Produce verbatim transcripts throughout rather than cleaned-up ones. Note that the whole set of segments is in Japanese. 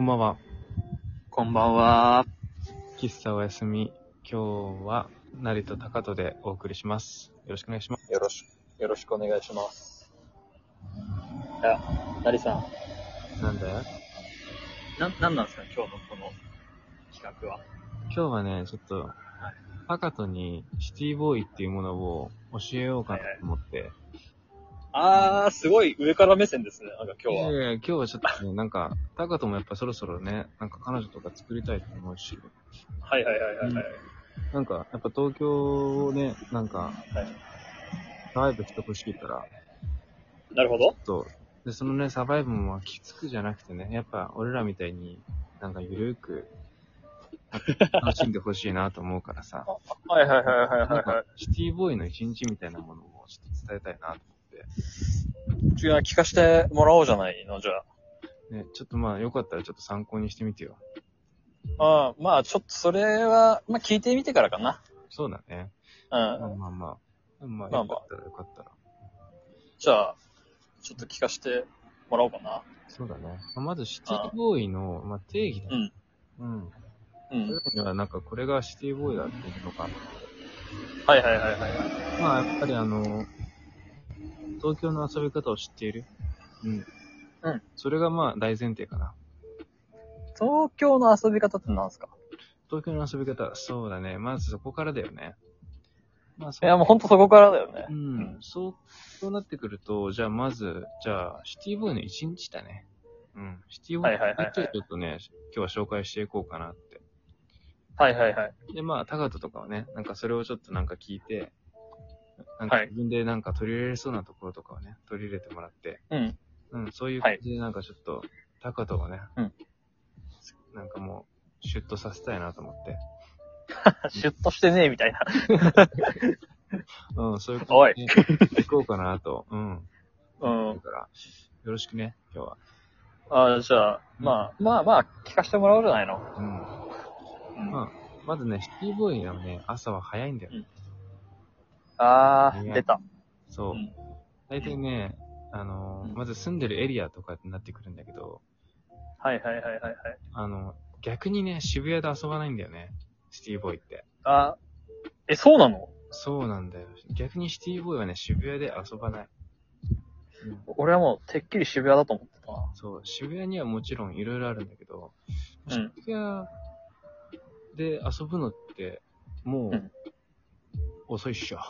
こんばんは。 こんばんは。 喫茶おやすみ。今日は成と高戸でお送りします。よろしくお願いします。 よろしく、よろしくお願いします。いや、なりさん。 なんだよ。 な、なんなんですか今日のこの企画は。 今日はね、ちょっと、高戸にシティボーイっていうものを教えようかなと思って。はいはい、 あー、すごい上から目線ですね、なんか今日は。 いやいや、今日はちょっとね、なんか、高戸もやっぱそろそろね、なんか彼女とか作りたいと思うし。 はいはいはいはい、はい、うん。 なんか、やっぱ東京をね、なんか、はい、サバイブしてほしいから。 なるほど。 そう。で、そのね、サバイブもきつくじゃなくてね、やっぱ俺らみたいになんかゆるーく楽しんでほしいなと思うからさ。 はいはいはいはいはい、はい。なんかシティボーイの一日みたいなものをちょっと伝えたいなと思って。 じゃあ聞かせてもらおうじゃないの、じゃあ。 ね、ちょっとまあよかったらちょっと参考にしてみてよ。 ああ、まあちょっとそれは、まあ聞いてみてからかな。 そうだね。 うん。まあまあまあ。まあまあよかったらよかったら。 じゃあ、ちょっと聞かせてもらおうかな。 そうだね。まずシティボーイの、まあ、定義だ、ね。うん。うん。うん。それにはなんかこれがシティボーイだっていうのか。 はいはいはいはい。 まあやっぱりあの、東京の遊び方を知っている。うん。うん。それがまあ大前提かな。 東京の遊び方って何ですか？ 東京の遊び方、そうだね。まずそこからだよね。 まあ、いやもうほんとそこからだよね。 うん。うん、そう、そうなってくると、じゃあまず、じゃあシティボーイの一日だね。うん。シティボーイの一日をちょっとね、今日は紹介していこうかなって。 はいはいはい。 で、まあ、高戸とかはね、なんかそれをちょっとなんか聞いて、なんか自分でなんか取り入れれそうなところとかをね、取り入れてもらって、 うん。 うん、そういう感じでなんかちょっと、高戸をね、 うん、 なんかもう、シュッとさせたいなと思って。 シュッとしてねえみたいな。 うん、そういう感じで行こうかなと。うん。 うん。 だから、よろしくね、今日は。 ああ、じゃあ、うん、まあ、まあまあ、聞かせてもらおうじゃないの。 うん。うん、まあ、まずね、シティボーイのね、朝は早いんだよ。うん、 ああ、出た。 そう。大体ね、あの、まず住んでるエリアとかになってくるんだけど。 はいはいはいはいはい。 あの、逆にね、渋谷で遊ばないんだよね。シティボーイって。 あ、え、そうなの？ そうなんだよ。逆にシティボーイはね、渋谷で遊ばない。 うん、俺はもう、てっきり渋谷だと思ってたな。 そう、渋谷にはもちろんいろいろあるんだけど、うん、渋谷で遊ぶのって、もう、うん、遅いっしょ。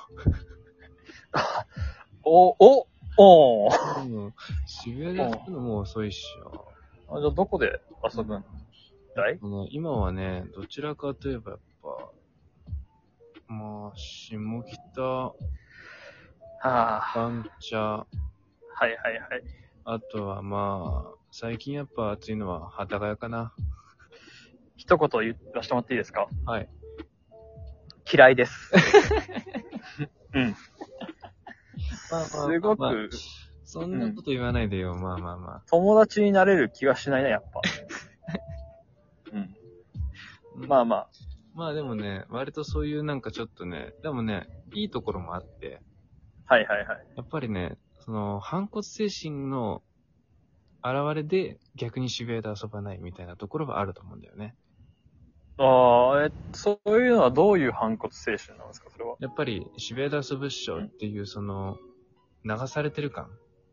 お、お、おー。うん、渋谷で遊ぶのもう遅いっしょ。 あ、じゃあどこで遊ぶんだい？ うん、今はね、どちらかといえばやっぱ、まあ、下北、はあ、 番茶、 はいはいはい。 あとはまあ、最近やっぱ暑いのは幡ヶ谷かな。 一言言わせてもらっていいですか？ はい。 嫌いです。うん。 まあまあ、 すごく、まあ、 そんなこと言わないでよ、うん、まあまあまあ。 友達になれる気がしないな、やっぱ。うん。まあまあ。 まあでもね、割とそういうなんかちょっとね、でもね、いいところもあって。 はいはいはい。 やっぱりね、その、反骨精神の現れで逆に渋谷で遊ばないみたいなところはあると思うんだよね。 ああ、え、そういうのはどういう反骨精神なんですか、それは。 やっぱり渋谷で遊ぶっしょっていう、その、流されてる感。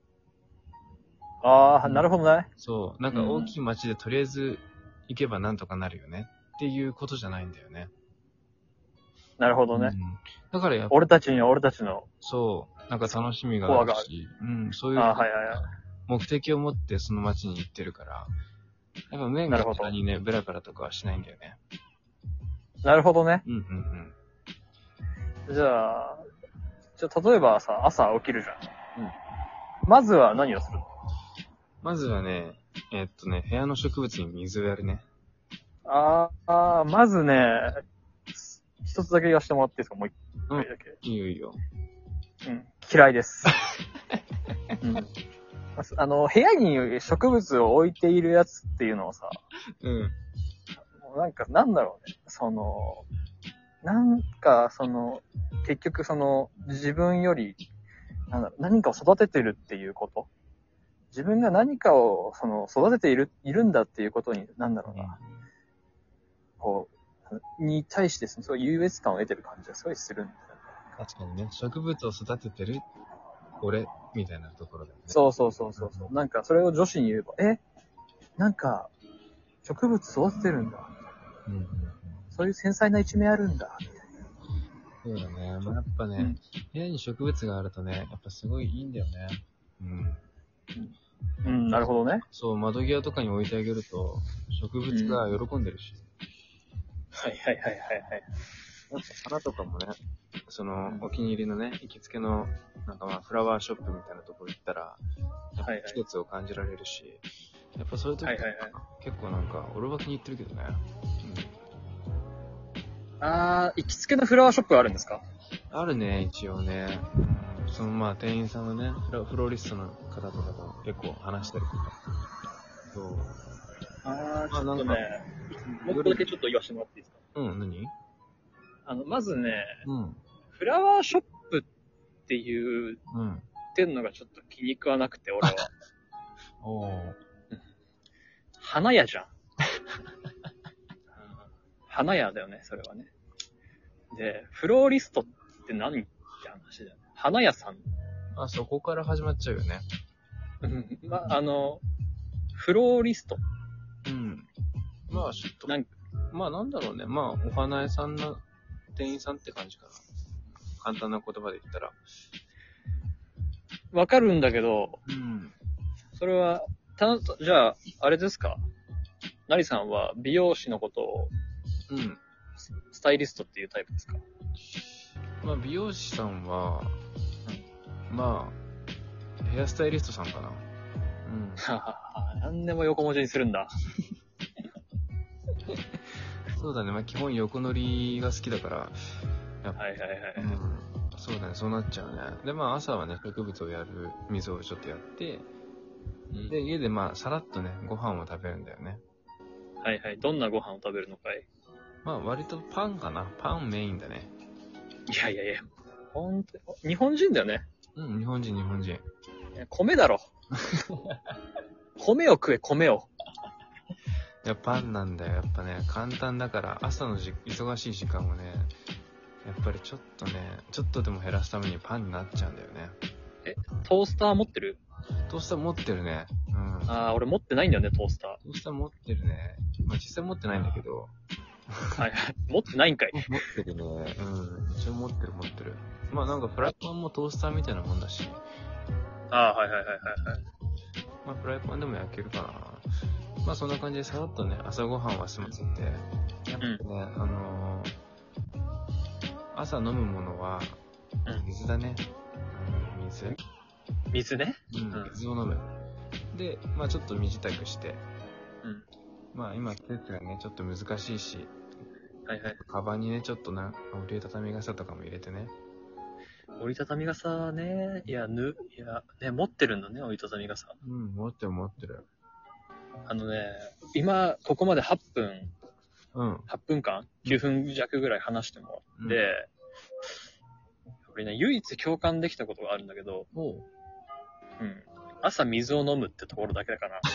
ああ、うん、なるほどね。 そう。なんか大きい街でとりあえず行けばなんとかなるよねっていうことじゃないんだよね。 なるほどね。うん、 だからやっぱ俺たちには俺たちの。 そう。なんか楽しみがあるし、うん、そういう、はいはいはい、目的を持ってその街に行ってるから、やっぱ面が下にね、ブラブラとかはしないんだよね。 なるほどね。 うんうんうん。じゃあ、じゃあ例えばさ、朝起きるじゃん。うん。まずは何をするの？ まずはね、えー、っとね、部屋の植物に水をやるね。 ああ、まずね、一つだけ言わせてもらっていいですか？もう一回だけ。 うん、いいよいいよ。 うん。嫌いです。うん。あの、部屋に植物を置いているやつっていうのをさ、 うん。 もうなんか、なんだろうね。その、なんか、その、結局その、自分より、なんだろう、何かを育ててるっていうこと自分が何かを、その、育てている、いるんだっていうことに、なんだろうな。こう、に対して、そういう優越感を得てる感じがすごいするんだよね。 確かにね、植物を育ててる、俺、みたいなところだよね。 そうそうそうそう。うん、なんか、それを女子に言えば、えなんか、植物育ててるんだ。うんうんうん、そういう繊細な一面あるんだ。 そうだね。まあ、やっぱね、うん、部屋に植物があるとね、やっぱすごいいいんだよね。うん。 うん、なるほどね。 そう、窓際とかに置いてあげると、植物が喜んでるし。 うん、はいはいはいはいはい。 やっぱ花とかもね、その、お気に入りのね、行きつけの、なんかまあ、フラワーショップみたいなところ行ったら、季節を感じられるし、やっぱそういう時、はいはいはい、結構なんか、俺は気に入ってるけどね。 うん、あー、行きつけのフラワーショップあるんですか？ あるね、一応ね。うん、そのまあ、店員さんのね、フロ、フローリストの方とかと結構話したりとか。そう。 あー、ちょっとね、もう一個だけちょっと言わせてもらっていいですか？ うん、何？ あの、まずね、 うん、 フラワーショップっていう、うん、っていうのがちょっと気に食わなくて、俺は。 おー。 花屋じゃん。花屋だよね、それはね。で、フローリストって何って話だよね。花屋さん。 あ、そこから始まっちゃうよね。 うん。ま、あの、フローリスト。 うん。まあ、ちょっと。なんかまあ、なんだろうね。まあ、お花屋さんの店員さんって感じかな。簡単な言葉で言ったら。 わかるんだけど、 うん。 それは、た、じゃあ、あれですか？なりさんは美容師のことを、うん。スタイリストっていうタイプですか？ まあ、美容師さんは、うん、まあ、ヘアスタイリストさんかな。うん。 はは何でも横文字にするんだ。 そうだね。まあ、基本横乗りが好きだから。 やっぱはいはいはい、 うん。そうだね。そうなっちゃうね。で、まあ、朝はね、植物をやる、水をちょっとやって、うん、で、家でまあ、さらっとね、ご飯を食べるんだよね。 はいはい。どんなご飯を食べるのかい？ まあ、割とパンかな。パンメインだね。 いやいやいや。ほんと、日本人だよね。 うん、日本人、日本人。 米だろ。米を食え、米を。 いや、パンなんだよ。やっぱね、簡単だから、朝のじ忙しい時間をね、やっぱりちょっとね、ちょっとでも減らすためにパンになっちゃうんだよね。 え、トースター持ってる？ トースター持ってるね。うん。 あー、俺持ってないんだよね、トースター。 トースター持ってるね。まあ、実際持ってないんだけど。 はいはい。持ってないんかい。 持ってるね。うん。一応持ってる持ってる。まあなんかフライパンもトースターみたいなもんだし。 あー、はいはいはいはいはい。 まあフライパンでも焼けるかな。まあそんな感じでさらっとね、朝ごはんは済ませて。やっぱね、うん、あのー、朝飲むものは、水だね。うん、水。 水ね。 うん、水を飲む。で、まあちょっと身支度して。うん。まあ今季節がね、ちょっと難しいし。はいはい。カバンにね、ちょっとな、折りたたみ傘とかも入れてね。 折りたたみ傘ね、いや、ぬ、いや、ね、持ってるんだね、折りたたみ傘。 うん、持ってる持ってる。 あのね、今、ここまではっぷん、 うん。 はっぷんかん ?きゅう 分弱ぐらい話してもらって、うん、これね、唯一共感できたことがあるんだけど、おう。うん。朝水を飲むってところだけだかな。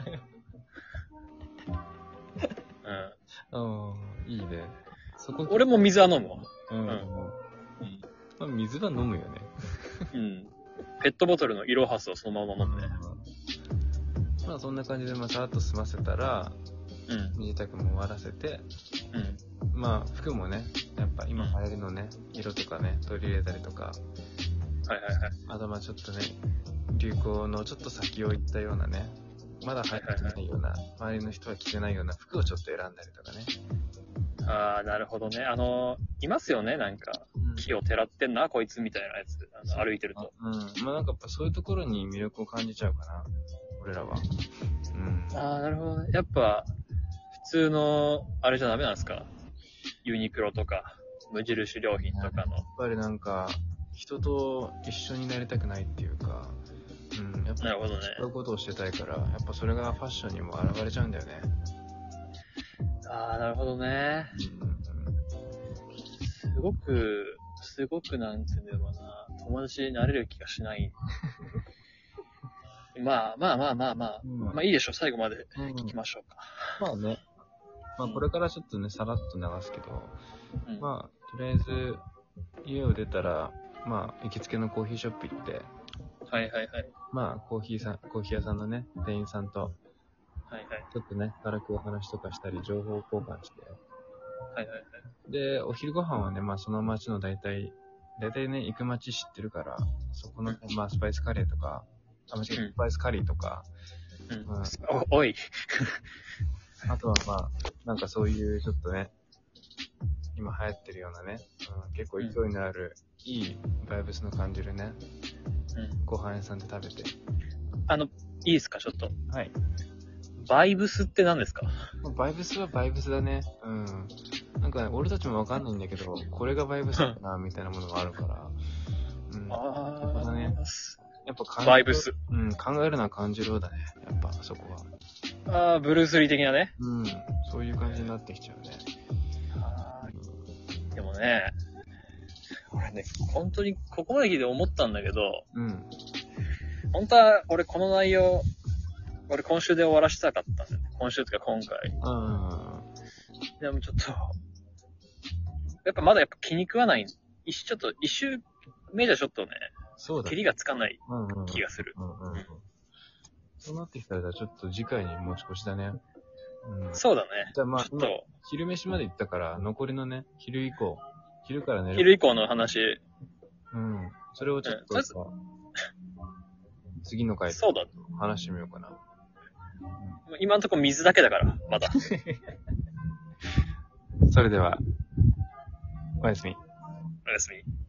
うん。ああ、いいね。 そこ俺も水は飲むわ。 うん。うん。まあ、水は飲むよね。 うん。ペットボトルのイロハスをそのまま飲むね。 まあそんな感じで、まあさらっと済ませたら、うん。身支度も終わらせて、うん。まあ服もね、やっぱ今流行りのね、色とかね、取り入れたりとか、はいはいはい。あとまあちょっとね、流行のちょっと先を行ったようなね、まだ流行ってないような、周りの人は着てないような服をちょっと選んだりとかね。 ああ、なるほどね。あのー、いますよね、なんか。木をてらってんな、こいつみたいなやつ。あの歩いてると。 うん。まあなんかやっぱそういうところに魅力を感じちゃうかな。俺らは。 うん。ああ、なるほどね。やっぱ、普通の、あれじゃダメなんですか？ユニクロとか、無印良品とかの。 やっぱりなんか、人と一緒になりたくないっていうか、うん。やっぱなるほどね。 そういうことをしてたいから、やっぱそれがファッションにも現れちゃうんだよね。 ああ、なるほどね。うんすごく、すごくなんていうんだろうな、友達になれる気がしない。 まあまあまあまあまあ、うん、まあいいでしょう、最後まで聞きましょうか。 うん、まあね。まあこれからちょっとね、さらっと流すけど、うん、まあ、とりあえず、家を出たら、まあ、行きつけのコーヒーショップ行って、 はいはいはい。 まあ、コーヒーさん、コーヒー屋さんのね、店員さんと、 はいはい。 ちょっとね、軽くお話とかしたり、情報交換して、 はいはいはい。 で、お昼ご飯はね、まあその町の大体、大体ね、行く町知ってるから、そこの、まあスパイスカレーとか、あ、間違えた、スパイスカリーとか、 うん。うん、お、おい。 あとはまあ、なんかそういうちょっとね、今流行ってるようなね、うん、結構勢いのある、うん、いいバイブスの感じるね、うん、ご飯屋さんで食べて。 あの、いいですか、ちょっと。 はい。 バイブスって何ですか？ バイブスはバイブスだね。うん。なんかね、俺たちもわかんないんだけど、これがバイブスだな、みたいなものがあるから。うん。ああ。だね。やっぱ感じる。 バイブス。 うん、考えるのは感じるだね。やっぱ、そこは。ああ、ブルース・リー的なね。 うん。そういう感じになってきちゃうね。 ああ。でもね、俺ね、本当にここまで聞いて思ったんだけど、うん。本当は俺この内容、俺今週で終わらせたかったんだよね。今週とか今回。うん。でもちょっと、やっぱまだやっぱ気に食わない。一ちょっと一周目じゃちょっとね、そうだね。切りがつかない気がする。うんうんうん。 そうなってきたらちょっと次回に持ち越しだね。 うん、そうだね。 じゃあまあ、ちょっと昼飯まで行ったから、残りのね、昼以降、昼から寝る。 昼以降の話。 うん。それをちょっと、うん、次の回で話してみようかな。 今のところ水だけだから、まだ。 それでは、おやすみ。 おやすみ。